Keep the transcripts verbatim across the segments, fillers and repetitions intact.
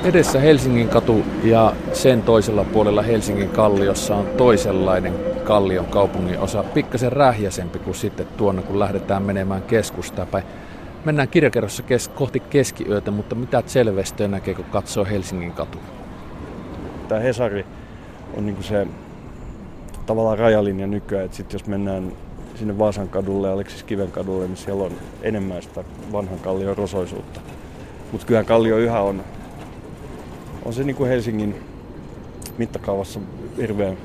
Edessä Helsingin katu ja sen toisella puolella Helsingin kalliossa on toisenlainen Kallion kaupungin osa, pikkasen rähjäisempi kuin sitten tuonna, kun lähdetään menemään keskustaan päin. Mennään kirjakerrossa kes- kohti keskiyötä, mutta mitä selvästöä näkee, kun katsoo Helsingin katua? Tämä Hesari on niinku se tavallaan rajalinja nykyään, että sit jos mennään sinne Vaasan kadulle ja Aleksis Kiven kadulle, niin siellä on enemmän sitä vanhan Kallion rosoisuutta. Mutta kyllähän Kallio yhä on, on se niinku Helsingin mittakaavassa hirveän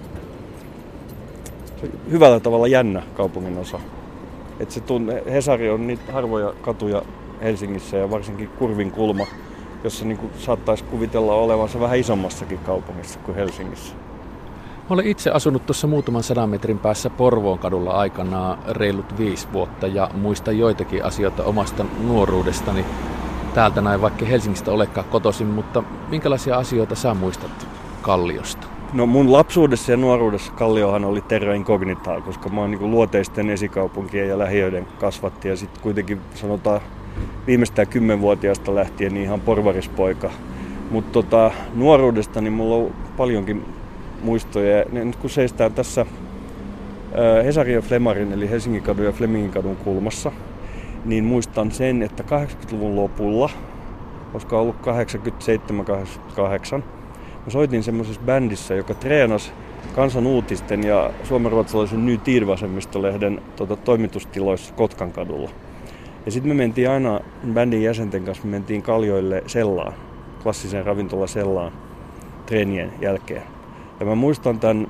hyvällä tavalla jännä kaupungin osa. Et se tunne, Hesari on niitä harvoja katuja Helsingissä ja varsinkin Kurvin kulma, jossa niinku saattaisi kuvitella olevansa vähän isommassakin kaupungissa kuin Helsingissä. Mä olen itse asunut tuossa muutaman sadan metrin päässä Porvoon kadulla aikanaan reilut viisi vuotta ja muistan joitakin asioita omasta nuoruudestani. Täältä näin, vaikka Helsingistä olekaan kotoisin, mutta minkälaisia asioita sä muistat Kalliosta? No mun lapsuudessa ja nuoruudessa Kalliohan oli terra incognita, koska mä oon niin luoteisten esikaupunkien ja lähiöiden kasvatti ja sitten kuitenkin sanotaan viimeistään kymmenvuotiaasta lähtien niin ihan porvarispoika. Mutta tota, nuoruudesta niin mulla on paljonkin muistoja. Ja nyt kun seistään tässä Hesarin ja Flemarin eli Helsingin kadun ja Flemingin kadun kulmassa, niin muistan sen, että kahdeksankymmentäluvun lopulla, koska ollut kahdeksankymmentäseitsemän kahdeksankymmentäkahdeksan, mä soitin semmoisessa bändissä, joka treenasi Kansan uutisten ja suomenruotsalaisen Ny Tid-vasemmistolehden tota, toimitustiloissa Kotkan kadulla. Ja sitten me mentiin aina bändin jäsenten kanssa, me mentiin Kallioille sellaan, klassiseen ravintola sellaan treenien jälkeen. Ja mä muistan tämän,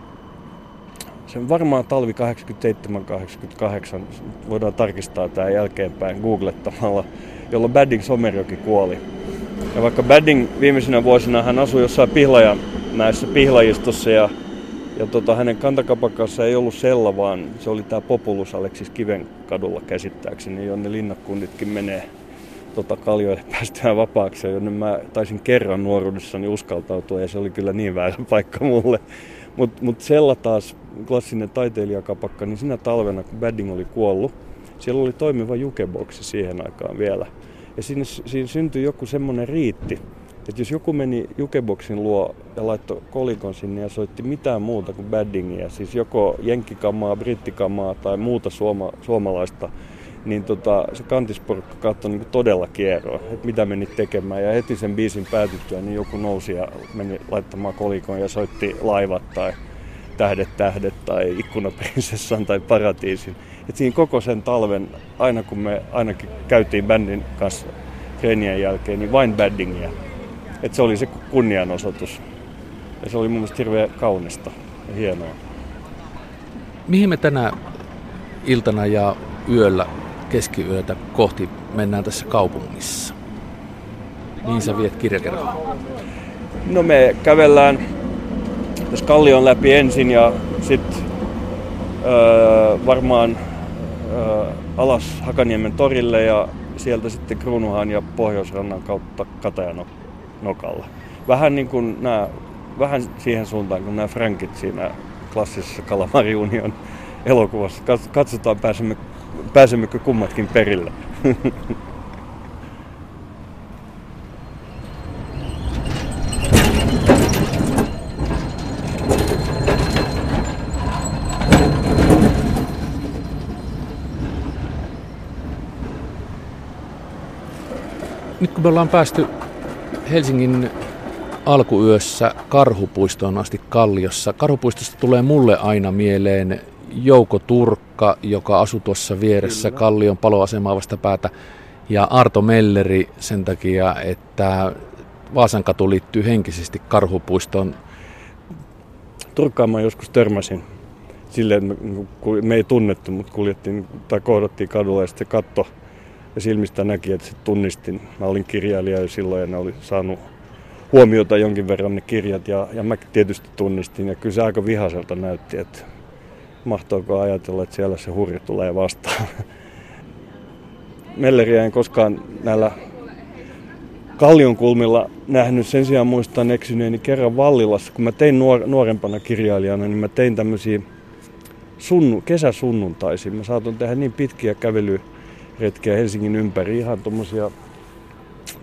se on varmaan talvi kahdeksankymmentäseitsemän kahdeksankymmentäkahdeksan, voidaan tarkistaa tämä jälkeenpäin googlettamalla, jolloin Badding Somerjoki kuoli. Ja vaikka Badding viimeisinä vuosina hän asui jossain Pihlajan näissä Pihlajistossa ja, ja tota, hänen kantakapakassa ei ollut sella, vaan se oli tämä Populus Aleksis Kiven kadulla käsittääkseni, jonne linnakunnitkin menee tota, Kallioille päästyään vapaaksi, jonne mä taisin kerran nuoruudessani uskaltautua ja se oli kyllä niin väärä paikka mulle. Mutta mut Sella taas, klassinen taiteilijakapakka, niin sinä talvena, kun Badding oli kuollut, siellä oli toimiva jukeboksi siihen aikaan vielä. Ja siinä, siinä syntyi joku semmoinen riitti, että jos joku meni jukeboksin luo ja laittoi kolikon sinne ja soitti mitään muuta kuin Baddingia, siis joko jenkkikamaa, brittikamaa tai muuta suoma, suomalaista, niin tota, se kantisporukka katsoi niin todella kierroa, että mitä menit tekemään. Ja heti sen biisin päätyttyä, niin joku nousi ja meni laittamaan kolikon ja soitti Laivat tai Tähdet tähdet tai Ikkunaprinsessan tai Paratiisin. Et siinä koko sen talven, aina kun me ainakin käytiin bändin kanssa treenien jälkeen, niin vain Baddingia. Et se oli se kunnianosoitus. Ja se oli mun mielestä hirveän kaunista ja hienoa. Mihin me tänä iltana ja yöllä keskiyötä kohti mennään tässä kaupungissa? Mihin sä viet kirjakerhoa? No me kävellään tässä Kallion läpi ensin ja sitten öö, varmaan öö, alas Hakaniemen torille ja sieltä sitten Kruunuhan ja Pohjoisrannan kautta Katajanokalla. Vähän niin kuin nämä, vähän siihen suuntaan kuin nämä Frankit siinä klassisessa Kalamari Union elokuvassa. Katsotaan pääsemme, pääsemmekö kummatkin perille. Nyt kun me ollaan päästy Helsingin alkuyössä Karhupuistoon asti Kalliossa, Karhupuistosta tulee mulle aina mieleen Jouko Turkka, joka asui tuossa vieressä Kyllä. Kallion paloasemaa vastapäätä, ja Arto Melleri sen takia, että Vaasankatu liittyy henkisesti Karhupuistoon. Turkkaan mä joskus törmäsin silleen, että me, me ei tunnettu, mutta kuljettiin tai kohdattiin kadulla ja sitten katto ja silmistä näki, että se tunnistin. Mä olin kirjailija jo silloin ja ne oli saanut huomiota jonkin verran ne kirjat ja, ja mä tietysti tunnistin ja kyllä se aika vihaiselta näytti, että mahtoiko ajatella, että siellä se hurri tulee vastaan. Melleriä en koskaan näillä Kallion kulmilla nähnyt, sen sijaan muistan eksyneeni kerran Vallilassa, kun mä tein nuor- nuorempana kirjailijana, niin mä tein tämmöisiä sunnu- kesäsunnuntaisia. Mä saatoin tehdä niin pitkiä kävelyretkiä Helsingin ympäri, ihan tommosia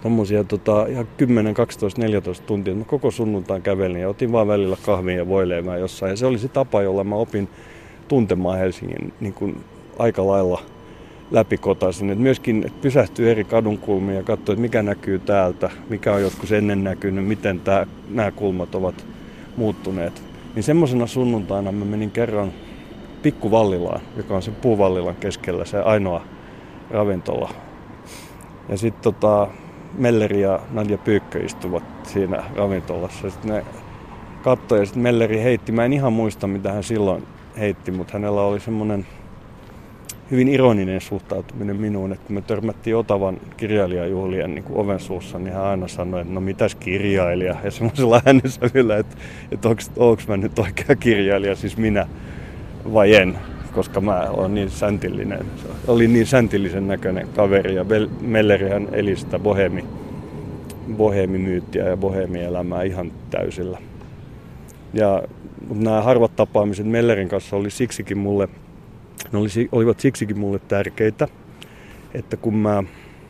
tommosia tota, ihan kymmenen, kaksitoista, neljätoista tuntia. Mä koko sunnuntain kävelin ja otin vaan välillä kahvia ja voileivää jossain. Ja se oli se tapa, jolla mä opin tuntemaan Helsingin niin kuin aika lailla läpikotaisin. Et myöskin et pysähtyy eri kadunkulmiin ja katsoo, että mikä näkyy täältä, mikä on joskus ennen näkynyt, miten nämä kulmat ovat muuttuneet. Niin semmosena sunnuntaina mä menin kerran Pikkuvallilaan, joka on se Puuvallilan keskellä, se ainoa ravintola. Ja sitten tota, Melleri ja Nadja Pyykkö istuvat siinä ravintolassa. Sitten ne katsoi ja sitten Melleri heitti. Mä en ihan muista, mitä hän silloin heitti, mutta hänellä oli semmoinen hyvin ironinen suhtautuminen minuun, että kun me törmättiin Otavan kirjailijajuhlien niin kuin oven suussa, niin hän aina sanoi, että no mitäs kirjailija, ja semmoisella äänensävyllä, että, että onko mä nyt oikea kirjailija, siis minä vai en, koska mä olen niin säntillinen. Oli niin säntillisen näköinen kaveri, ja Mellerihän eli sitä bohemi, bohemimyyttiä ja bohemielämää ihan täysillä. Ja nämä harvat tapaamiset Mellerin kanssa oli siksikin mulle Ne olivat siksikin mulle tärkeitä, että kun mä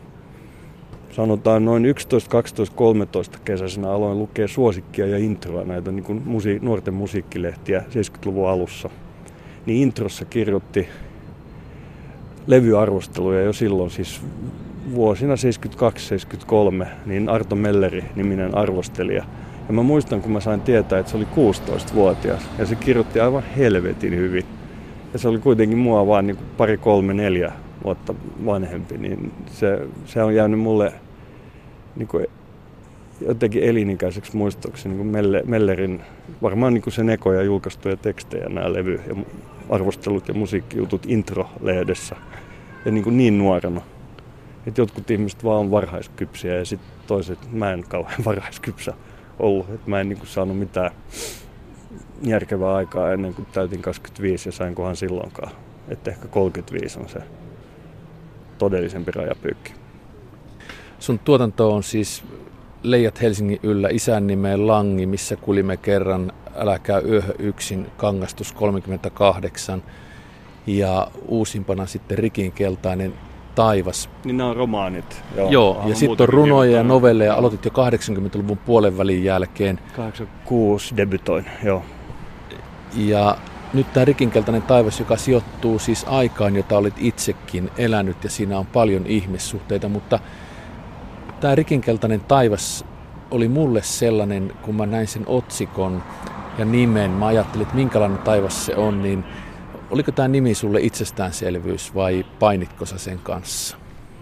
sanotaan noin yksitoista, kaksitoista, kolmetoista kesäisenä aloin lukea Suosikkia ja Introa, näitä niin kuin musi- nuorten musiikkilehtiä seitsemänkymmentäluvun alussa, niin Introssa kirjoitti levyarvosteluja jo silloin, siis vuosina seitsemänkymmentäkaksi seitsemänkymmentäkolme, niin Arto Melleri-niminen arvostelija. Ja mä muistan, kun mä sain tietää, että se oli kuusitoistavuotias ja se kirjoitti aivan helvetin hyvin. Ja se oli kuitenkin mua vaan niin kuin pari, kolme, neljä vuotta vanhempi, niin se, se on jäänyt mulle niin kuin jotenkin elinikäiseksi muistoksi. Niin kuin Melle, Mellerin, varmaan niin kuin sen ekoja julkaistuja tekstejä, nämä levy- ja arvostelut ja musiikkijutut Intro-lehdessä. Ja niin, kuin niin nuorena. Että jotkut ihmiset vaan on varhaiskypsiä ja sitten toiset, mä en kauhean varhaiskypsä ollut. Että mä en niin kuin saanut mitään järkevää aikaa ennen kuin täytin kaksikymmentäviisi ja sainkohan silloinkaan. Että ehkä kolmekymmentäviisi on se todellisempi rajapyykki. Sun tuotanto on siis Leijat Helsingin yllä, isän nimeen Langi, missä kulimme kerran, Älä käy yöhön yksin, Kangastus kolmekymmentäkahdeksan ja uusimpana sitten Rikinkeltainen taivas. Niin nämä on romaanit. Joo, Joo ja sitten on runoja ja novelleja. Aloitit jo kahdeksankymmentäluvun puolen välin jälkeen. kahdeksankymmentäkuusi debytoin, joo. Ja nyt tämä Rikinkeltainen taivas, joka sijoittuu siis aikaan, jota olit itsekin elänyt ja siinä on paljon ihmissuhteita, mutta tämä Rikinkeltainen taivas oli mulle sellainen, kun mä näin sen otsikon ja nimen, mä ajattelin, että minkälainen taivas se on, niin oliko tämä nimi sulle itsestäänselvyys vai painitko sä sen kanssa?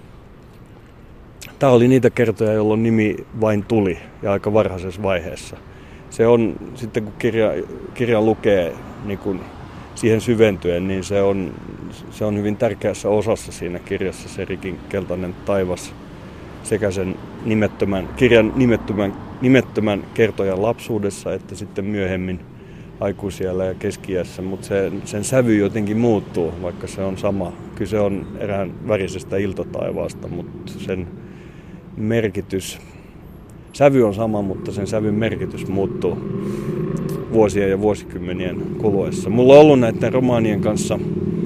Tämä oli niitä kertoja, jolloin nimi vain tuli ja aika varhaisessa vaiheessa. Se on, sitten kun kirja, kirja lukee niin kun siihen syventyen, niin se on, se on hyvin tärkeässä osassa siinä kirjassa se Rikinkeltainen taivas sekä sen nimettömän, kirjan nimettömän, nimettömän kertojan lapsuudessa että sitten myöhemmin aikuisiällä ja keski-iässä, mutta se, sen sävy jotenkin muuttuu, vaikka se on sama. Kyllä se on erään värisestä iltataivaasta, mutta sen merkitys, sävy on sama, mutta sen sävyn merkitys muuttuu vuosien ja vuosikymmenien kuluessa. Mulla on ollut näiden romaanien kanssa,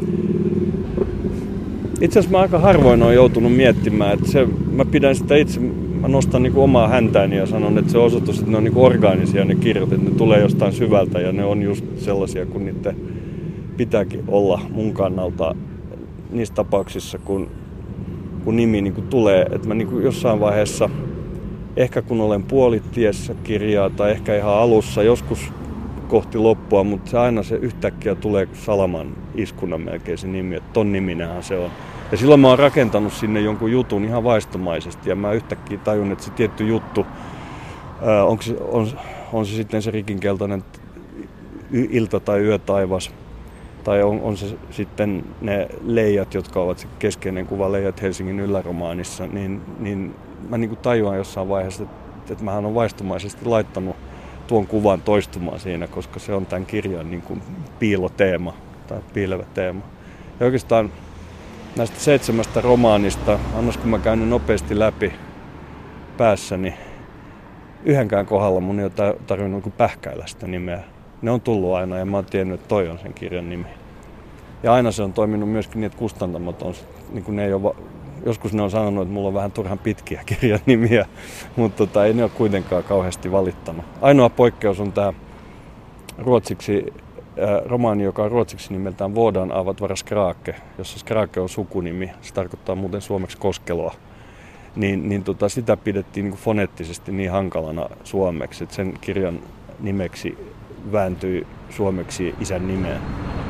itse asiassa mä aika harvoin olen joutunut miettimään, että se, mä pidän sitä itse, mä nostan niin kuin omaa häntääni ja sanon, että se osoitus, että ne on niin kuin orgaanisia ne kirjat, että ne tulee jostain syvältä ja ne on just sellaisia kuin niiden pitääkin olla mun kannalta niissä tapauksissa, kun, kun nimi niin kuin tulee, että mä niin kuin jossain vaiheessa, ehkä kun olen puolitiessä kirjaa tai ehkä ihan alussa, joskus kohti loppua, mutta se aina se yhtäkkiä tulee salaman iskuna melkein se nimi, että ton niminenhän se on. Ja silloin mä oon rakentanut sinne jonkun jutun ihan vaistomaisesti ja mä yhtäkkiä tajun, että se tietty juttu, ää, onko se, on, on se sitten se Rikinkeltainen ilta tai yötaivas, tai on, on se sitten ne leijat, jotka ovat se keskeinen kuva Leijat Helsingin yläromaanissa, niin, niin mä niin kuin tajuan jossain vaiheessa, että, että mähän on vaistomaisesti laittanut tuon kuvan toistumaan siinä, koska se on tämän kirjan niin kuin piiloteema tai piilevä teema. Ja oikeastaan näistä seitsemästä romaanista, annos kun mä käyn nopeasti läpi päässäni, yhdenkään kohdalla mun ei ole tarvinnut niin pähkäillä sitä nimeä. Ne on tullut aina ja mä oon tiennyt, että toi on sen kirjan nimi. Ja aina se on toiminut myöskin niin, että kustantamot on, niin kuin ne ei ole joskus ne on sanonut, että mulla on vähän turhan pitkiä kirjan nimiä, mutta tota, ei ne ole kuitenkaan kauheasti valittanut. Ainoa poikkeus on tämä ruotsiksi äh, romaani, joka on ruotsiksi nimeltään Vårdan av att vara skrake, jossa skrake on sukunimi. Se tarkoittaa muuten suomeksi koskeloa. Niin, niin tota, sitä pidettiin niin kuin foneettisesti niin hankalana suomeksi, että sen kirjan nimeksi vääntyi suomeksi isän nimeen.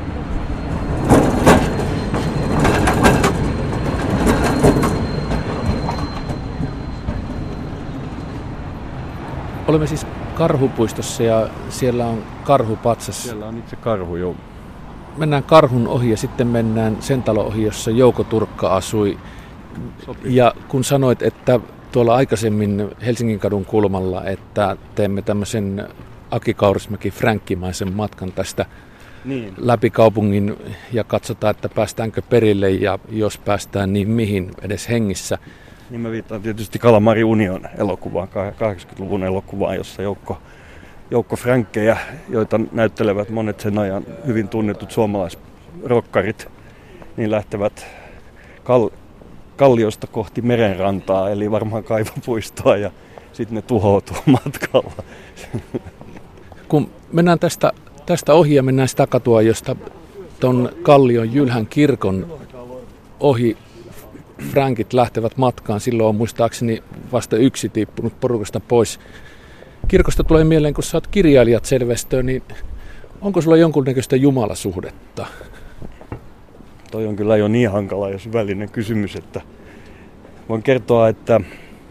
Olemme siis Karhupuistossa ja siellä on karhupatsas. Siellä on itse karhu, joo. Mennään karhun ohi ja sitten mennään sen talon ohi, jossa Jouko Turkka asui. Sopii. Ja kun sanoit, että tuolla aikaisemmin Helsingin kadun kulmalla, että teemme tämmöisen Aki Kaurismäki-fränkkimaisen matkan tästä niin läpi kaupungin ja katsotaan, että päästäänkö perille ja jos päästään, niin mihin edes hengissä. Niin mä viittaan tietysti Kalamari Union elokuvaan, kahdeksankymmentäluvun elokuvaan, jossa joukko, joukko fränkkejä, joita näyttelevät monet sen ajan hyvin tunnetut suomalaisrokkarit, niin lähtevät kal- kalliosta kohti merenrantaa, eli varmaan kaivopuistoa, ja sitten ne tuhoutuu matkalla. Kun mennään tästä, tästä ohi ja mennään sitä katua, josta tuon Kallion Jylhän kirkon ohi frankit lähtevät matkaan. Silloin on muistaakseni vasta yksi tippunut porukasta pois. Kirkosta tulee mieleen, kun sä oot kirjailijat Selvestö, niin onko sulla jonkunnäköistä jumalasuhdetta? Toi on kyllä jo niin hankala ja syvällinen kysymys, että voin kertoa, että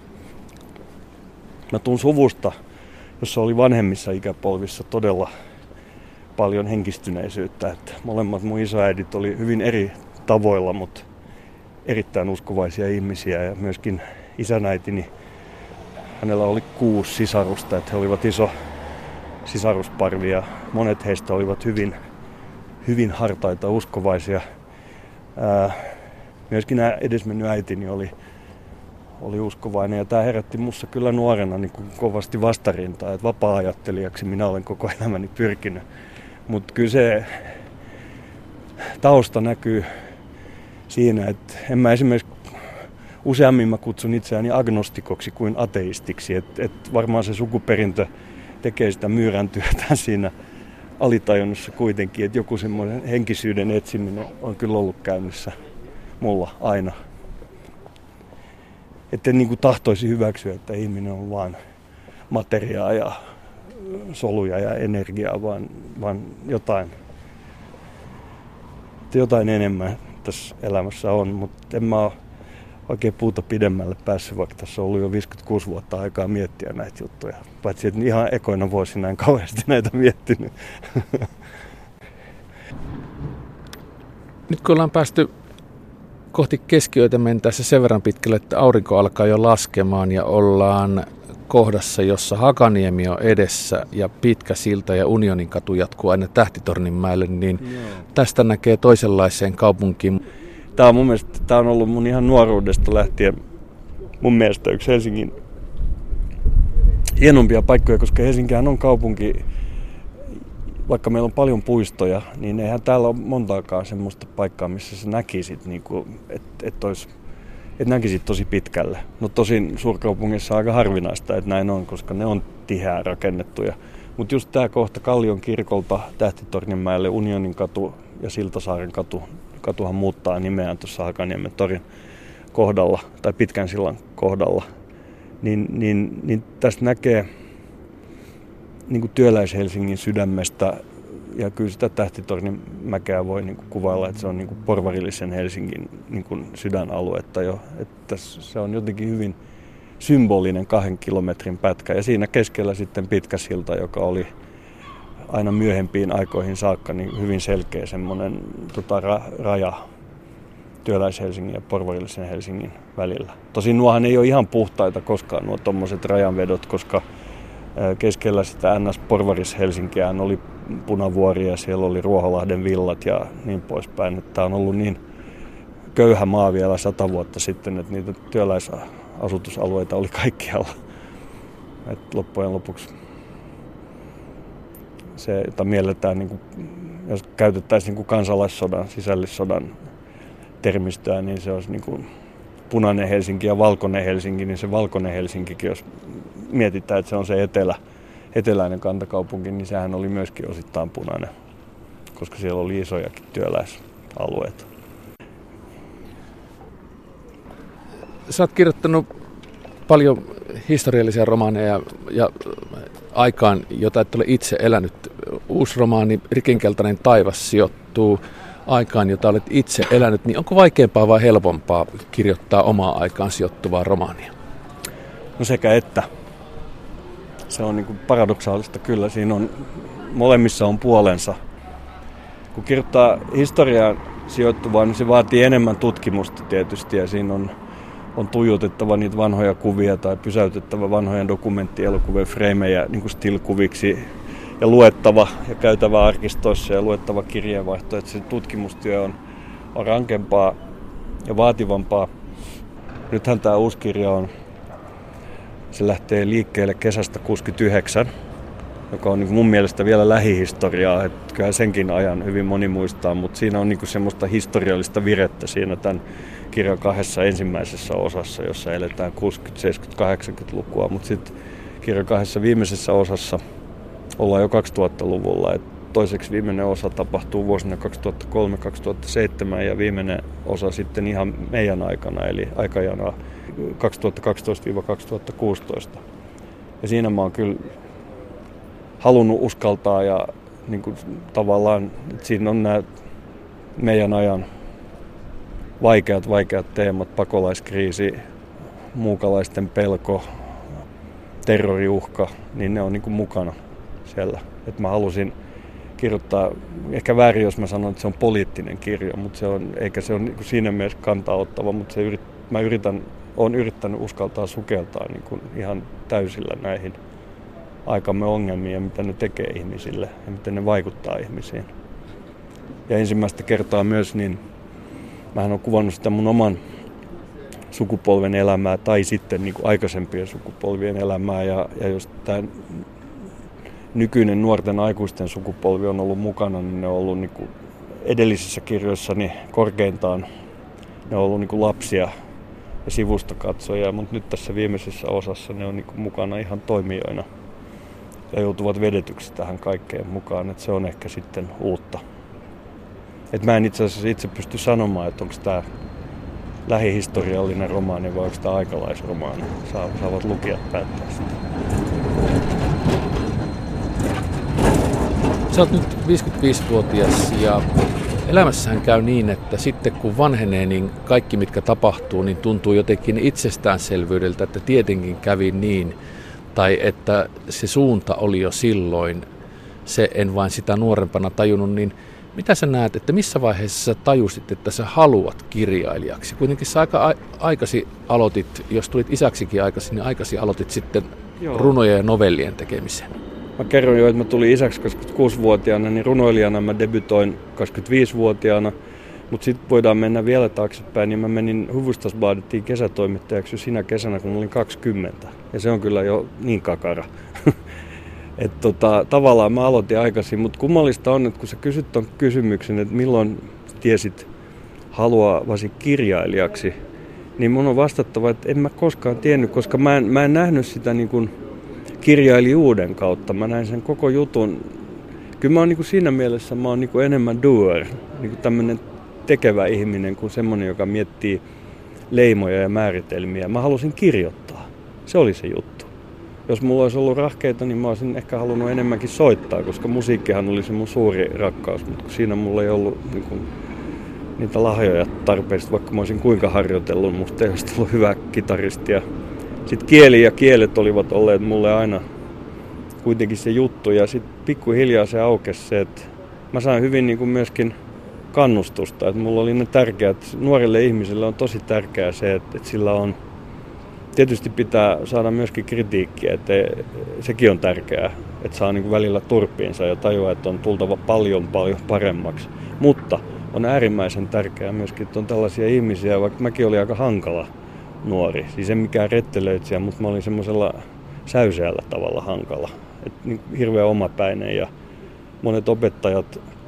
mä tuun suvusta, jossa oli vanhemmissa ikäpolvissa todella paljon henkistyneisyyttä. Että molemmat mun isoäidit oli hyvin eri tavoilla, mutta erittäin uskovaisia ihmisiä, ja myöskin isänäitini, hänellä oli kuusi sisarusta, että he olivat iso sisarusparvi ja monet heistä olivat hyvin, hyvin hartaita uskovaisia. Ää, myöskin edesmennyt äitini oli, oli uskovainen, ja tämä herätti musta kyllä nuorena niin kuin kovasti vastarintaa, että vapaa-ajattelijaksi minä olen koko elämäni pyrkinyt. Mutta kyllä se tausta näkyy siinä, että en mä esimerkiksi useammin mä kutsun itseäni agnostikoksi kuin ateistiksi, että et varmaan se sukuperintö tekee sitä myyrän työtä siinä alitajunnassa kuitenkin, että joku semmoinen henkisyyden etsiminen on kyllä ollut käynnissä mulla aina. Että en niin kuin tahtoisi hyväksyä, että ihminen on vain materiaa ja soluja ja energiaa, vaan, vaan jotain, jotain enemmän tässä elämässä on, mutta en mä ole oikein puuta pidemmälle päässyt, vaikka tässä on ollut jo viisikymmentäkuusi vuotta aikaa miettiä näitä juttuja. Paitsi että ihan ekoina vuosina en kauheasti näitä miettinyt. Nyt kun ollaan päästy kohti keskiyötä mentäessä sen verran pitkälle, että aurinko alkaa jo laskemaan ja ollaan kohdassa, jossa Hakaniemi on edessä ja pitkä silta ja Unionin katu jatkuu aina Tähtitorninmäelle, niin no. Tästä näkee toisenlaiseen kaupunkiin. Tämä on mun mielestä, tämä on ollut mun ihan nuoruudesta lähtien mun mielestä yksi Helsingin hienompia paikkoja, koska Helsinkihän on kaupunki, vaikka meillä on paljon puistoja, niin eihän täällä ole montaakaan semmoista paikkaa, missä sä näkisit, niin että et et näkisit tosi pitkälle. No tosin suurkaupungissa on aika harvinaista, että näin on, koska ne on tiheään rakennettuja. Mutta just tämä kohta Kallion kirkolta Tähtitorninmäelle, Unionin katu ja Siltasaaren katu, katuhan muuttaa nimeään tuossa Hakaniemen torin kohdalla, tai Pitkän sillan kohdalla, niin, niin, niin tästä näkee niin kuin työläis-Helsingin sydämestä, ja kyllä sitä Tähtitorninmäkeä voi niin kuin kuvailla, että se on niin kuin porvarillisen Helsingin niin kuin sydänaluetta jo, että se on jotenkin hyvin symbolinen kahden kilometrin pätkä, ja siinä keskellä sitten pitkä silta, joka oli aina myöhempiin aikoihin saakka niin hyvin selkeä semmoinen tota, ra, raja työläis-Helsingin ja porvarillisen Helsingin välillä. Tosin nuohan ei ole ihan puhtaita koskaan nuo tommoset rajanvedot, koska keskellä sitä N S-porvaris-Helsinkiään oli Punavuori ja siellä oli Ruoholahden villat ja niin poispäin. Tämä on ollut niin köyhä maa vielä sata vuotta sitten, että niitä työläisasutusalueita oli kaikkialla. Et loppujen lopuksi se, jota mielletään, niin kuin, jos käytettäisiin niin kuin kansalaissodan, sisällissodan termistöä, niin se olisi niin kuin punainen Helsinki ja valkoinen Helsinki, niin se valkoinen Helsinkikin, jos mietitään, että se on se etelä, eteläinen kantakaupunki, niin sehän oli myöskin osittain punainen, koska siellä oli isojakin työläisalueita. Sä oot kirjoittanut paljon historiallisia romaaneja ja aikaan, jota et ole itse elänyt. Uusi romaani Rikinkeltainen taivas sijoittuu aikaan, jota olet itse elänyt. Niin onko vaikeampaa vai helpompaa kirjoittaa omaa aikaan sijoittuvaa romaania? No sekä että. Se on niin kuin paradoksaalista kyllä. Siinä on, molemmissa on puolensa. Kun kirjoittaa historiaan sijoittuvaa, niin se vaatii enemmän tutkimusta tietysti ja siinä on on tuijotettava niitä vanhoja kuvia tai pysäytettävä vanhoja dokumenttielokuvien freimejä niin kuin still-kuviksi ja luettava ja käytävä arkistoissa ja luettava kirjeenvaihto. Että se tutkimustyö on, on rankempaa ja vaativampaa. Nythän tämä uusi kirja on, se lähtee liikkeelle kesästä kuusikymmentäyhdeksän, joka on niin kuin mun mielestä vielä lähihistoriaa. Että kyllähän senkin ajan hyvin moni muistaa, mutta siinä on niin kuin semmoista historiallista virettä siinä tämän kirjan kahdessa ensimmäisessä osassa, jossa eletään kuusikymmentä-, seitsemänkymmentä-, kahdeksankymmentälukua, mutta sitten kirjan kahdessa viimeisessä osassa ollaan jo kaksituhattaluvulla. Et toiseksi viimeinen osa tapahtuu vuosina kaksituhattakolme kaksituhattaseitsemän ja viimeinen osa sitten ihan meidän aikana, eli aikajana kaksituhattakaksitoista kaksituhattakuusitoista. Ja siinä mä oon kyllä halunnut uskaltaa ja niin kuin tavallaan, että siinä on nämä meidän ajan vaikeat, vaikeat teemat, pakolaiskriisi, muukalaisten pelko, terroriuhka, niin ne on niin kuin mukana siellä. Et mä halusin kirjoittaa, ehkä väärin jos mä sanon, että se on poliittinen kirja, mutta se on, eikä se ole niin kuin siinä mielessä kantaa ottava, mutta se yrit, mä yritän, olen yrittänyt uskaltaa sukeltaa niin kuin ihan täysillä näihin aikamme ongelmiin ja mitä ne tekee ihmisille ja miten ne vaikuttaa ihmisiin. Ja ensimmäistä kertaa myös niin mähän olen kuvannut sitä mun oman sukupolven elämää tai sitten niin kuin aikaisempien sukupolvien elämää. Ja, ja jos tämä nykyinen nuorten aikuisten sukupolvi on ollut mukana, niin ne on ollut niin kuin edellisissä kirjoissani korkeintaan ne on ollut niin kuin lapsia ja sivustakatsojia, mutta nyt tässä viimeisessä osassa ne on niin kuin mukana ihan toimijoina ja joutuvat vedetyksi tähän kaikkeen mukaan. Et se on ehkä sitten uutta. Et mä en itse asiassa itse pysty sanomaan, että onko tämä lähihistoriallinen romaani vai onko tämä aikalaisromaani. Saa, saavat lukijat päättää sitä. Sä oot nyt viisikymmentäviisivuotias ja elämässähän käy niin, että sitten kun vanhenee, niin kaikki mitkä tapahtuu, niin tuntuu jotenkin itsestäänselvyydeltä, että tietenkin kävi niin. Tai että se suunta oli jo silloin, se en vain sitä nuorempana tajunnut, niin mitä sä näet, että missä vaiheessa sä tajusit, että sä haluat kirjailijaksi? Kuitenkin sä aika aikasi aloitit, jos tulit isäksikin aikaisin, niin aikaisin aloitit sitten Joo. runoja ja novellien tekemisen. Mä kerron jo, että mä tulin isäksi kaksikymmentäkuusivuotiaana, niin runoilijana mä debytoin kaksikymmentäviisivuotiaana. Mutta sitten voidaan mennä vielä taaksepäin, niin mä menin Hufvudstadsbladetiin kesätoimittajaksi jo siinä kesänä, kun mä olin kaksikymmentä. Ja se on kyllä jo niin kakara. Että tota, tavallaan mä aloitin aikaisin, mutta kummallista on, että kun sä kysyt ton kysymyksen, että milloin tiesit haluavasi kirjailijaksi, niin mun on vastattava, että en mä koskaan tiennyt, koska mä en, mä en nähnyt sitä niin kuin kirjailijuuden kautta. Mä näin sen koko jutun. Kyllä mä oon niin kuin siinä mielessä mä oon niin kuin enemmän doer, niin kuin tämmönen tekevä ihminen kuin semmoinen, joka miettii leimoja ja määritelmiä. Mä halusin kirjoittaa. Se oli se juttu. Jos mulla olisi ollut rahkeita, niin mä olisin ehkä halunnut enemmänkin soittaa, koska musiikkihan oli se mun suuri rakkaus. Mutta kun siinä mulla ei ollut niin kuin niitä lahjoja tarpeeksi, vaikka mä olisin kuinka harjoitellut, musta ei olisi ollut hyvä kitaristi. Sitten kieli ja kielet olivat olleet mulle aina kuitenkin se juttu. Ja sitten pikkuhiljaa se aukesi se, että mä sain hyvin niin kuin myöskin kannustusta. Että mulla oli ne tärkeät, nuorille ihmisille on tosi tärkeää se, että, että sillä on, tietysti pitää saada myöskin kritiikkiä, että sekin on tärkeää, että saa niin kuin välillä turpiinsa ja tajua, että on tultava paljon paljon paremmaksi. Mutta on äärimmäisen tärkeää myöskin, että on tällaisia ihmisiä, vaikka mäkin olin aika hankala nuori. Siis en mikään rettelöitsijä, mutta mä olin semmoisella säyseällä tavalla hankala. Et niin hirveän omapäinen ja monet opettajat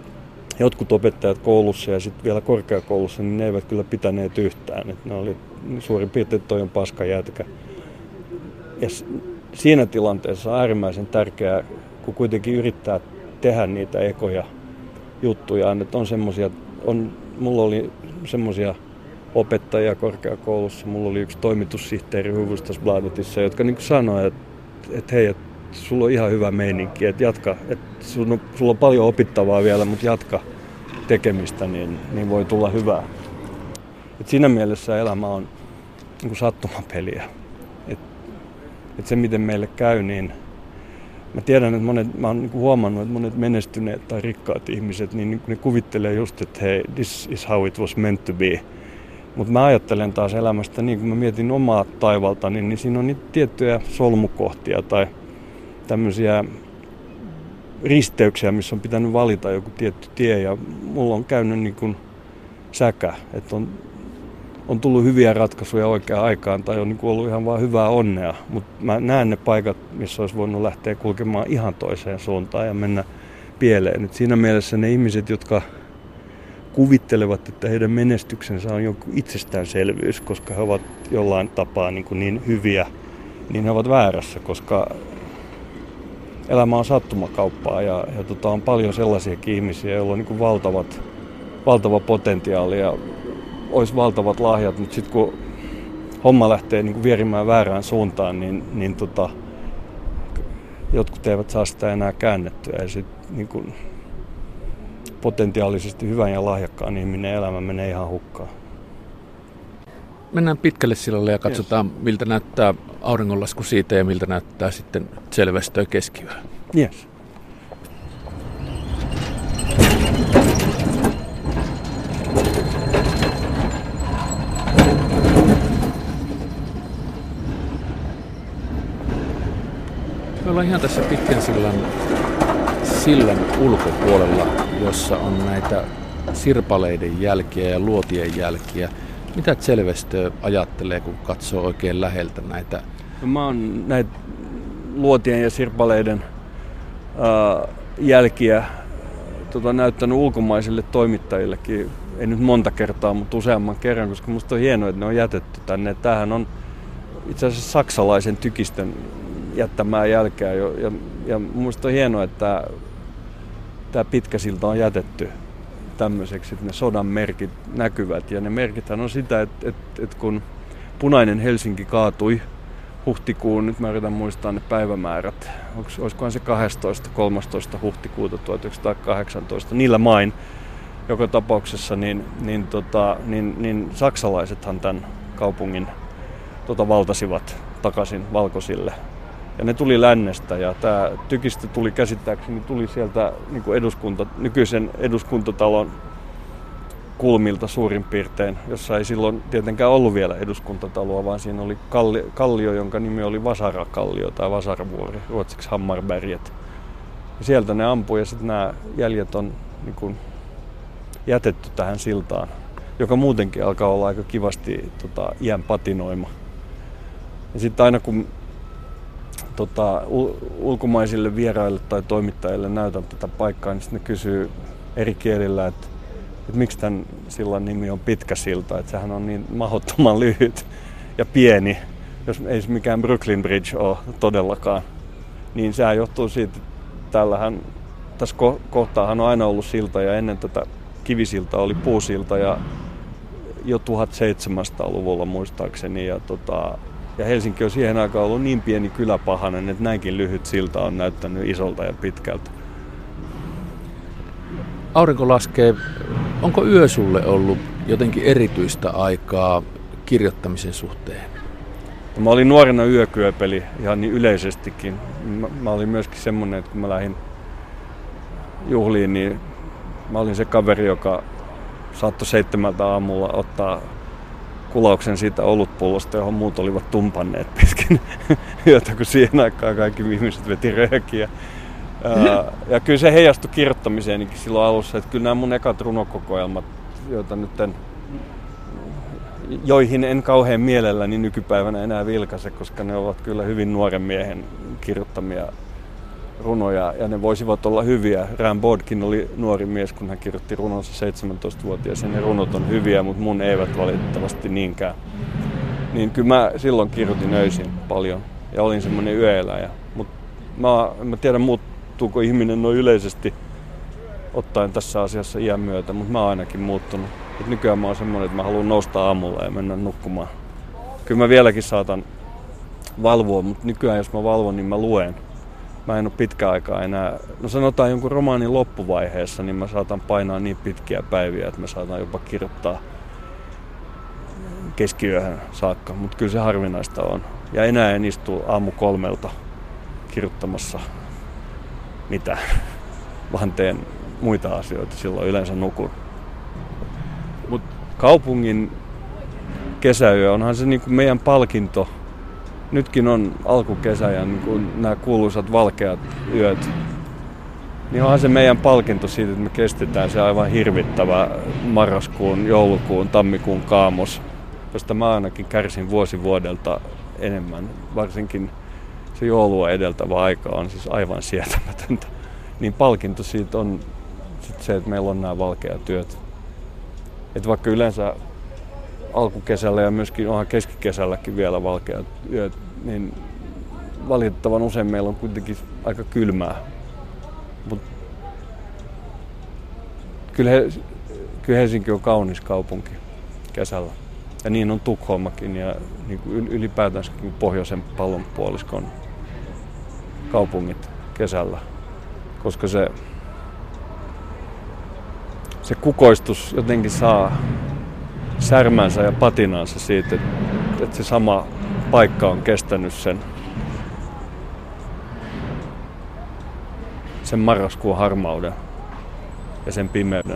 jotkut opettajat koulussa ja sitten vielä korkeakoulussa, niin ne eivät kyllä pitäneet yhtään. Et ne oli suurin piirtein toi on paskajätkä. Ja siinä tilanteessa on äärimmäisen tärkeää, kun kuitenkin yrittää tehdä niitä ekoja juttuja, että on semmosia, on, mulla oli semmoisia opettajia korkeakoulussa, mulla oli yksi toimitussihteeri Hufvudstadsbladetissa, jotka niin sanoi, että, että hei, että sulla on ihan hyvä meininki, että jatka, että sulla on, sulla on paljon opittavaa vielä, mutta jatka tekemistä, niin, niin voi tulla hyvää. Et siinä mielessä elämä on niin kuin sattumapeliä. Et, et se miten meille käy, niin mä tiedän, että monet, mä oon niin kuin huomannut, että monet menestyneet tai rikkaat ihmiset, niin, niin ne kuvittelee just, että hei, this is how it was meant to be. Mutta mä ajattelen taas elämästä niin, kun mä mietin omaa taivaltani, niin, niin siinä on niitä tiettyjä solmukohtia tai tämmöisiä risteyksiä, missä on pitänyt valita joku tietty tie. Ja mulla on käynyt niin kuin säkä, että on, on tullut hyviä ratkaisuja oikeaan aikaan tai on niin kuin ollut ihan vaan hyvää onnea. Mutta mä näen ne paikat, missä olisi voinut lähteä kulkemaan ihan toiseen suuntaan ja mennä pieleen. Et siinä mielessä ne ihmiset, jotka kuvittelevat, että heidän menestyksensä on joku itsestäänselvyys, koska he ovat jollain tapaa niin, kuin niin hyviä, niin he ovat väärässä, koska elämä on sattumakauppaa ja, ja tota, on paljon sellaisiakin ihmisiä, joilla on niin kuin valtavat, valtava potentiaali ja olisi valtavat lahjat, mutta sitten kun homma lähtee niin kuin vierimään väärään suuntaan, niin, niin tota, jotkut eivät saa sitä enää käännettyä ja sitten niin kuin potentiaalisesti hyvän ja lahjakkaan ihminen elämä menee ihan hukkaan. Mennään pitkälle sillalle ja katsotaan, yes. miltä näyttää auringonlasku siitä ja miltä näyttää sitten Selvestö keskiyö. Yes. Me ollaan ihan tässä pitkän sillan, sillan ulkopuolella, jossa on näitä sirpaleiden jälkiä ja luotien jälkiä. Mitä Selvestö ajattelee, kun katsoo oikein läheltä näitä? No, mä oon näitä luotien ja sirpaleiden ää, jälkiä tota, näyttänyt ulkomaisille toimittajillekin. Ei nyt monta kertaa, mutta useamman kerran, koska musta on hienoa, että ne on jätetty tänne. Tämähän on itse asiassa saksalaisen tykistön jättämää jälkeä. Jo, ja, ja musta on hienoa, että tämä pitkä silta on jätetty tämmöiseksi, että ne sodan merkit näkyvät. Ja ne merkithän on sitä, että, että, että kun punainen Helsinki kaatui huhtikuun, nyt mä yritän muistaa ne päivämäärät, Onks, olisikohan se kahdestoista kolmastoista huhtikuuta tuhatyhdeksänsataakahdeksantoista, niillä main joka tapauksessa, niin, niin, tota, niin, niin saksalaisethan tämän kaupungin tota, valtasivat takaisin valkoisille. Ja ne tuli lännestä ja tämä tykistö tuli käsittääkseni tuli sieltä niin kuin eduskunta, nykyisen eduskuntatalon kulmilta suurin piirtein, jossa ei silloin tietenkään ollut vielä eduskuntataloa, vaan siinä oli kalli, kallio, jonka nimi oli Vasarakallio tai Vasaravuori, ruotsiksi Hammarberget. Ja sieltä ne ampui ja sitten nämä jäljet on niin kuin jätetty tähän siltaan, joka muutenkin alkaa olla aika kivasti tota, iän patinoima. Ja sitten aina kun Tota, ulkomaisille vieraille tai toimittajille näytän tätä paikkaa, niin sitten ne kysyy eri kielillä, että, että miksi tämän sillan nimi on Pitkä silta, että sehän on niin mahdottoman lyhyt ja pieni, jos ei se mikään Brooklyn Bridge ole todellakaan. Niin sehän johtuu siitä, että täällähän, tässä ko- kohtaahan on aina ollut silta ja ennen tätä kivisiltaa oli puusilta ja jo tuhatseitsemänsataaluvulla muistaakseni. Ja tota, Ja Helsinki on siihen aikaan ollut niin pieni kyläpahanen, että näinkin lyhyt silta on näyttänyt isolta ja pitkältä. Aurinko laskee. Onko yö sulle ollut jotenkin erityistä aikaa kirjoittamisen suhteen? Mä olin nuorena yökyöpeli ihan niin yleisestikin. Mä, mä olin myöskin semmoinen, että kun mä lähdin juhliin, niin mä olin se kaveri, joka saattoi seitsemältä aamulla ottaa kulauksen siitä olutpullosta, johon muut olivat tumpanneet pitkin yötä, kun siihen aikaan kaikki ihmiset veti röökiä. Ja kyllä se heijastui kirjoittamiseenkin silloin alussa, että kyllä nämä mun ekat runokokoelmat, joita nyt en, joihin en kauhean mielelläni nykypäivänä enää vilkaise, koska ne ovat kyllä hyvin nuoren miehen kirjoittamia runoja ja ne voisivat olla hyviä. Rimbaudkin oli nuori mies, kun hän kirjoitti runonsa seitsemäntoistavuotias ja ne runot on hyviä, mutta mun eivät valitettavasti niinkään. Niin kyllä mä silloin kirjoitin öisin paljon ja olin semmoinen yöeläjä. Mutta mä en mä tiedä muuttuuko ihminen noin yleisesti ottaen tässä asiassa iän myötä, mutta mä oon ainakin muuttunut. Et nykyään mä oon semmoinen, että mä haluan nousta aamulla ja mennä nukkumaan. Kyllä mä vieläkin saatan valvoa, mutta nykyään jos mä valvon, niin mä luen. Mä en ole pitkään aikaa enää, no sanotaan jonkun romaanin loppuvaiheessa, niin mä saatan painaa niin pitkiä päiviä, että mä saatan jopa kirjoittaa keskiyöhön saakka, mutta kyllä se harvinaista on. Ja enää en istu aamu kolmelta kirjoittamassa mitään, vaan teen muita asioita, silloin yleensä nukun. Mut kaupungin kesäyö onhan se niinku meidän palkinto. Nytkin on alkukesä ja niin kuin nämä kuuluisat valkeat yöt, niin onhan se meidän palkinto siitä, että me kestetään se aivan hirvittävä marraskuun, joulukuun, tammikuun kaamos, josta mä ainakin kärsin vuosi vuodelta enemmän. Varsinkin se joulua edeltävä aika on siis aivan sietämätöntä. Niin palkinto siitä on sit se, että meillä on nämä valkeat yöt. Et vaikka yleensä alkukesällä ja myöskin onhan keskikesälläkin vielä valkeat yöt, niin valitettavan usein meillä on kuitenkin aika kylmää. Mut kyllä, he, kyllä Helsinki on kaunis kaupunki kesällä. Ja niin on Tukholmakin ja niin kuin ylipäätäänsäkin pohjoisen pallonpuoliskon kaupungit kesällä. Koska se, se kukoistus jotenkin saa särmänsä ja patinansa siitä, että, että se sama paikka on kestänyt sen, sen marraskuun harmauden ja sen pimeyden.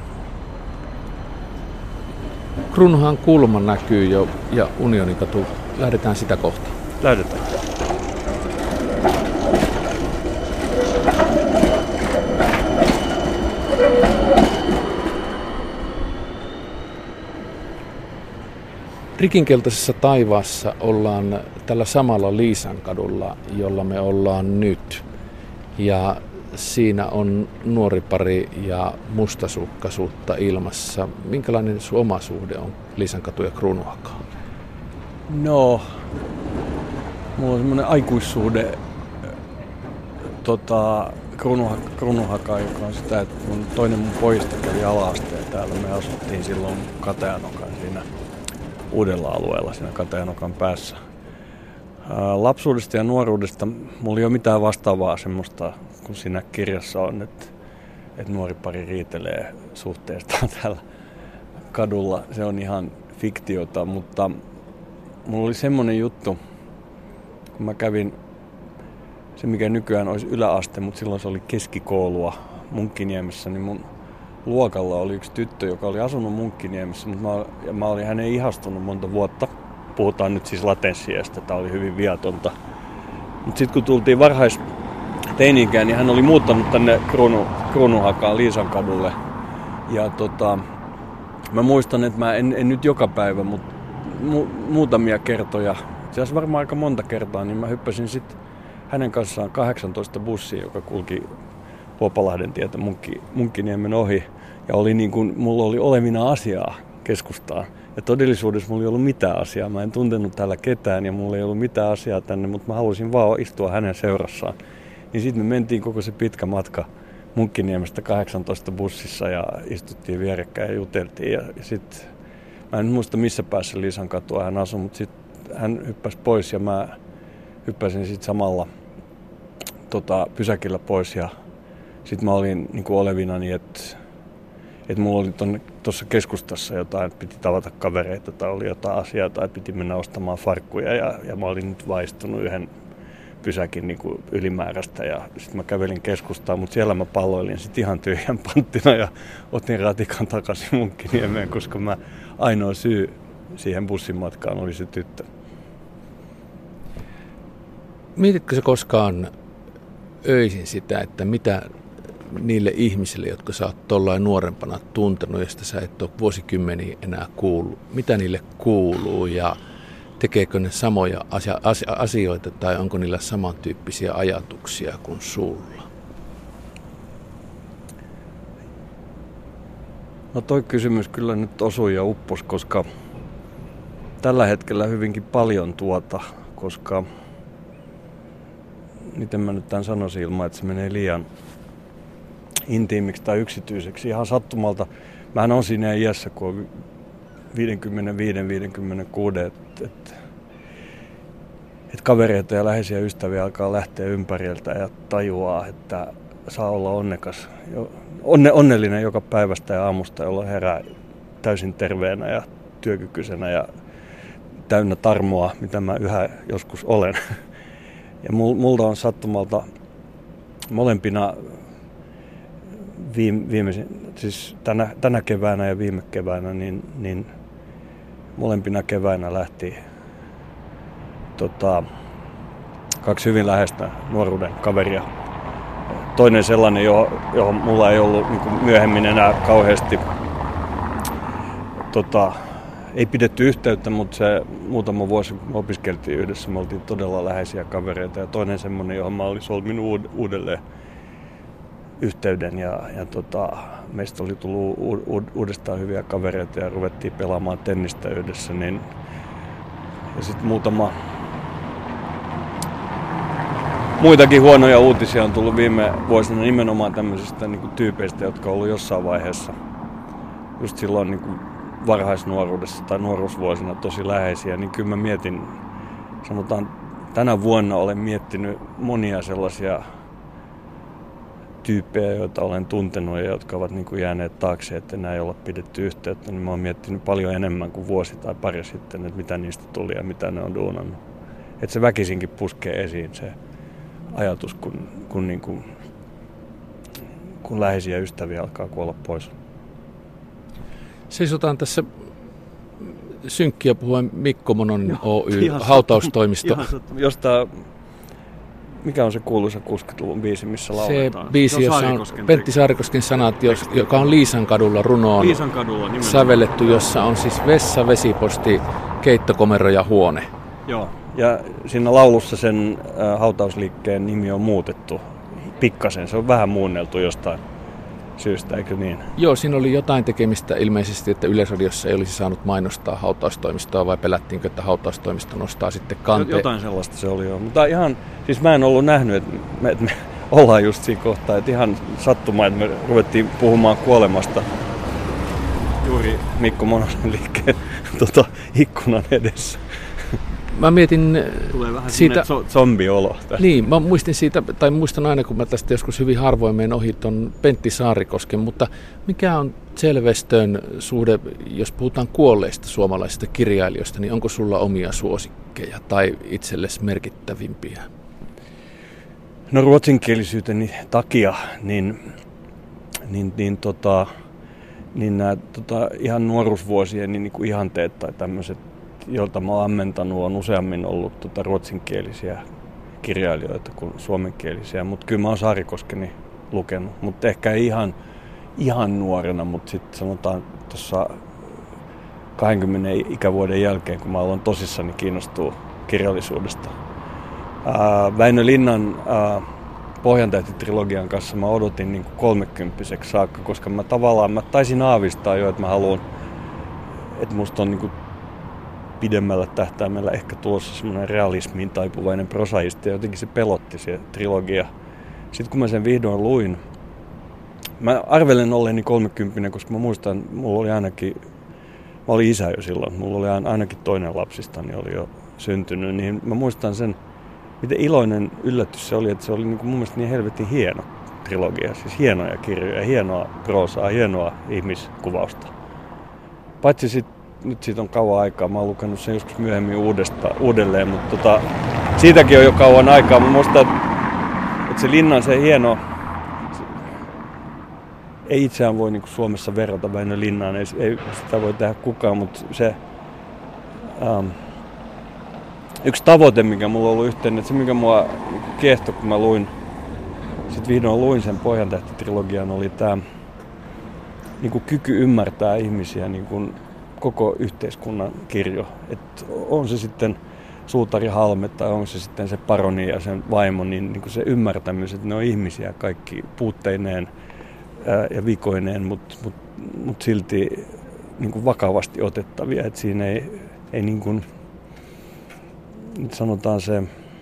Kruunuhan kulma näkyy jo ja Unionikatu. Lähdetään sitä kohtaan. Lähdetään. Rikinkeltaisessa taivaassa ollaan tällä samalla Liisankadulla, jolla me ollaan nyt. Ja siinä on nuori pari ja mustasukkaisuutta ilmassa. Minkälainen sun oma suhde on Liisankatu ja Kruunuhakaan? No, mulla on semmoinen aikuissuhde tota, Kruunuhakaan, joka on sitä, että mun toinen mun pojista kävi ala-asteen täällä. Me asuttiin silloin Katajanokan siinä uudella alueella siinä Katajanokan päässä. Lapsuudesta ja nuoruudesta mulla ei ole mitään vastaavaa semmoista, kun siinä kirjassa on, että, että nuori pari riitelee suhteestaan täällä kadulla. Se on ihan fiktiota, mutta mulla oli semmoinen juttu, kun mä kävin se, mikä nykyään olisi yläaste, mutta silloin se oli keskikoulua Munkkiniemessä, niin mun luokalla oli yksi tyttö, joka oli asunut Munkkiniemessä, mutta mä, ja mä olin hänen ihastunut monta vuotta. Puhutaan nyt siis latenssiasta, tämä oli hyvin viatonta. Mutta sitten kun tultiin varhaisteini-ikään, niin hän oli muuttanut tänne Kruunu, Kruunuhakaan Liisankadulle. Ja tota, mä muistan, että mä en, en nyt joka päivä, mutta mu, muutamia kertoja, itse asiassa varmaan aika monta kertaa, niin mä hyppäsin sitten hänen kanssaan kahdeksantoista bussiin, joka kulki Vuopalahden tietä Munkki, Munkkiniemen ohi. Ja oli niin kuin, mulla oli olevina asiaa keskustaan. Ja todellisuudessa mulla ei ollut mitään asiaa. Mä en tuntenut täällä ketään ja mulla ei ollut mitään asiaa tänne, mutta mä halusin vaan istua hänen seurassaan. Niin sitten me mentiin koko se pitkä matka Munkkiniemestä kahdeksantoista bussissa ja istuttiin vierekkäin ja juteltiin. Ja, ja sitten, mä en muista missä päässä Liisankatua hän asui, mutta sitten hän hyppäsi pois ja mä hyppäsin sitten samalla tota, pysäkillä pois. Ja sitten mä olin niin kuin olevinani, että että mulla oli tuossa keskustassa jotain, että piti tavata kavereita tai oli jotain asiaa tai piti mennä ostamaan farkkuja ja, ja mä olin nyt vaistunut yhden pysäkin niin kuin ylimääräistä ja sitten mä kävelin keskustaan, mutta siellä mä palloilin sitten ihan tyhjän panttina ja otin ratikan takaisin Munkkiniemeen, koska mä ainoa syy siihen bussin matkaan oli se tyttö. Mietitkö se koskaan öisin sitä, että mitä niille ihmisille, jotka sä oot tollain nuorempana tuntenut, josta sä et ole vuosikymmeniä enää kuullut, mitä niille kuuluu ja tekeekö ne samoja asia, asia, asioita tai onko niillä samantyyppisiä ajatuksia kuin sulla? No toi kysymys kyllä nyt osui ja uppos, koska tällä hetkellä hyvinkin paljon tuota, koska miten mä nyt tämän sanoisin ilman, että se menee liian intiimiksi tai yksityiseksi. Ihan sattumalta, mähän on siinä iässä, kun on viisikymmentäviisi viisikymmentäkuusi, että et, et kavereita ja läheisiä ystäviä alkaa lähteä ympäriltä ja tajuaa, että saa olla onnekas, onne, onnellinen joka päivästä ja aamusta, jolloin herää täysin terveenä ja työkykyisenä ja täynnä tarmoa, mitä mä yhä joskus olen. Ja multa on sattumalta molempina viime, viimeisin, siis tänä, tänä keväänä ja viime keväänä, niin, niin molempina keväänä lähti tota, kaksi hyvin läheistä nuoruuden kaveria. Toinen sellainen, johon, johon mulla ei ollut niin kuin myöhemmin enää kauheasti tota, ei pidetty yhteyttä, mutta se muutama vuosi, kun me opiskeltiin yhdessä, me oltiin todella läheisiä kavereita. Ja toinen semmoinen, johon mä olin solminut uudelleen yhteyden. Ja, ja tota, meistä oli tullut uudestaan hyviä kavereita ja ruvettiin pelaamaan tennistä yhdessä. Niin, ja sitten muutama muitakin huonoja uutisia on tullut viime vuosina nimenomaan tämmöisistä niin kuin tyypeistä, jotka on ollut jossain vaiheessa just silloin niin kuin varhaisnuoruudessa tai nuoruusvuosina tosi läheisiä, niin kyllä mä mietin, sanotaan tänä vuonna olen miettinyt monia sellaisia tyyppejä, joita olen tuntenut ja jotka ovat niin kuin jääneet taakse, että enää ei olla pidetty yhteyttä, niin mä oon miettinyt paljon enemmän kuin vuosi tai pari sitten, että mitä niistä tuli ja mitä ne on duunannut. Että se väkisinkin puskee esiin se ajatus, kun, kun, niin kuin, kun läheisiä ystäviä alkaa kuolla pois. Seisotaan tässä synkkiä puhuen Mikko Mononen Oy hautaustoimisto. Josta, mikä on se kuuluisa kuusikymmentäluvun biisi, missä lauletaan? Se biisi, jossa on Pentti Saarikosken sanat, jos, joka on Liisankadulla runoon Liisankadulla, sävelletty, jossa on siis vessa, vesiposti, keittokomero ja huone. Joo, ja siinä laulussa sen äh, hautausliikkeen nimi on muutettu pikkasen. Se on vähän muunneltu jostain syystä, eikö niin? Joo, siinä oli jotain tekemistä ilmeisesti, että Yleisradiossa ei olisi saanut mainostaa hautaustoimistoa, vai pelättiinkö, että hautaustoimisto nostaa sitten kanteen? Jotain sellaista se oli jo, mutta ihan, siis mä en ollut nähnyt, että me, että me ollaan just siinä kohtaa, että ihan sattuma, että me ruvettiin puhumaan kuolemasta juuri Mikko Monosen liikkeen tota, ikkunan edessä. Mä mietin tulee vähän siitä zombiolo. Niin, mä muistin siitä, tai muistan aina, kun mä tästä joskus hyvin harvoin menen ohi ton Pentti Saarikosken, mutta mikä on Selvestön suhde, jos puhutaan kuolleista suomalaisista kirjailijoista, niin onko sulla omia suosikkeja tai itsellesi merkittävimpiä? No ruotsinkielisyyteni takia, niin, niin, niin, tota, niin nämä tota, ihan nuoruusvuosien niin, niin kuin ihanteet tai tämmöiset, joilta mä oon ammentanut, on useammin ollut tota ruotsinkielisiä kirjailijoita kuin suomenkielisiä, mutta kyllä mä oon Saarikoskeni lukenut, mutta ehkä ei ihan, ihan nuorena, mutta sitten sanotaan tuossa kaksikymmentä ikävuoden jälkeen, kun mä aloin tosissani kiinnostua kirjallisuudesta. Ää, Väinö Linnan ää, Pohjantähti-trilogian kanssa mä odotin niin kuin kolmekymppiseksi saakka, koska mä tavallaan mä taisin aavistaa jo, että mä haluan, että musta on niin kuin pidemmällä tähtäimellä ehkä tulossa semmoinen realismiin taipuvainen prosaisti, ja jotenkin se pelotti se trilogia. Sitten kun mä sen vihdoin luin, mä arvelen olleeni kolmekymppinen, koska mä muistan, mulla oli ainakin, mä olin isä jo silloin, mulla oli ainakin toinen lapsistani oli jo syntynyt, niin mä muistan sen, miten iloinen yllätys se oli, että se oli niin kuin mun mielestä niin helvetin hieno trilogia, siis hienoja kirjoja, hienoa proosaa, hienoa ihmiskuvausta. Paitsi sitten nyt siitä on kauan aikaa. Mä oon lukenut sen joskus myöhemmin uudesta, uudelleen, mutta tota, siitäkin on jo kauan aikaa. Mä muistan, että, että se Linnan se hieno, se, ei itseään voi niin kuin Suomessa verrata Väinö Linnaan, ei, ei sitä voi tehdä kukaan, mutta se ähm, yksi tavoite, mikä mulla on ollut yhteinen, että se mikä mua kiehtoi, kun mä luin, sit vihdoin luin sen Pohjantähti-trilogian, oli tää niin kuin kyky ymmärtää ihmisiä niin kuin koko yhteiskunnan kirjo. Et on se sitten Suutari Halme tai on se sitten se paroni ja sen vaimo, niin, niin kuin se ymmärtämys, että ne on ihmisiä kaikki puutteineen ää, ja vikoineen, mutta mut mut silti niin kuin vakavasti otettavia. Et siinä ei, ei niin kuin, nyt sanotaan se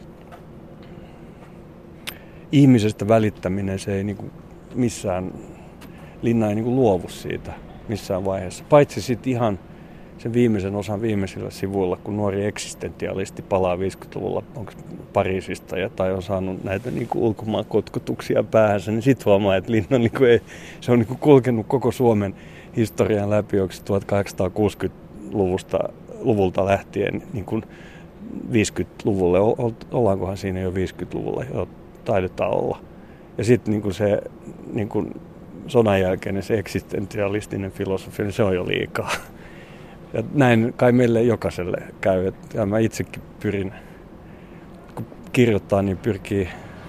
ihmisestä välittäminen, se ei niin kuin missään, Linna ei niin kuin luovu siitä missään vaiheessa. Paitsi sitten ihan sen viimeisen osan viimeisillä sivuilla, kun nuori eksistentialisti palaa viisikymmentäluvulla onko Pariisista ja, tai on saanut näitä niin kuin ulkomaan kotkotuksia päähänsä, niin sitten huomaa, että Linna niin kuin ei, se on niin kuin kulkenut koko Suomen historian läpi, onko tuhatkahdeksansataakuusikymmentäluvulta luvulta lähtien niin kuin viisikymmentäluvulle, ollaankohan siinä jo viisikymmentäluvulla, jo taidetaan olla. Ja sitten niin se niin kuin sodan jälkeinen se eksistentialistinen filosofia, niin se on jo liikaa. Ja näin kai meille jokaiselle käy. Ja mä itsekin pyrin, kun kirjoittaa, niin pyrkii.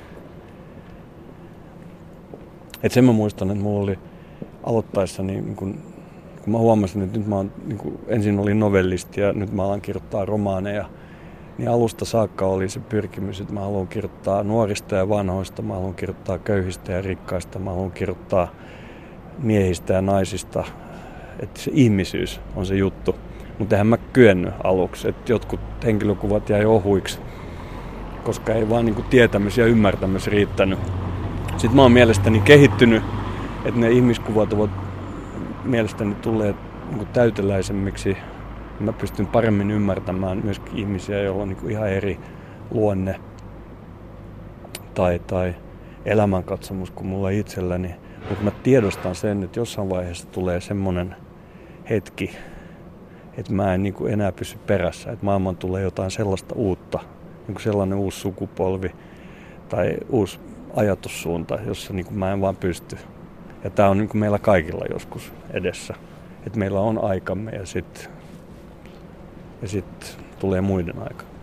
Että sen mä muistan, että mulla oli aloittaessa, niin kun, kun mä huomasin, että nyt mä oon, niin kun ensin olin novellisti ja nyt mä alan kirjoittaa romaaneja, niin alusta saakka oli se pyrkimys, että mä haluan kirjoittaa nuorista ja vanhoista, mä haluan kirjoittaa köyhistä ja rikkaista, mä haluan kirjoittaa miehistä ja naisista. Että se ihmisyys on se juttu. Mutta eihän mä kyennyt aluksi, että jotkut henkilökuvat jäi ohuiksi, koska ei vaan niinku tietämys ja ymmärtämys riittänyt. Sitten mä oon mielestäni kehittynyt, että ne ihmiskuvat ovat mielestäni tulleet niinku täyteläisemmiksi. Mä pystyn paremmin ymmärtämään myöskin ihmisiä, joilla on niinku ihan eri luonne tai, tai elämänkatsomus kuin mulla itselläni. Mutta mä tiedostan sen, että jossain vaiheessa tulee semmoinen hetki, että mä en niin kuin enää pysy perässä. Että maailmaan tulee jotain sellaista uutta, niin kuin sellainen uusi sukupolvi tai uusi ajatussuunta, jossa niin kuin mä en vaan pysty. Ja tää on niin kuin meillä kaikilla joskus edessä. Että meillä on aikamme ja sitten ja sit tulee muiden aika.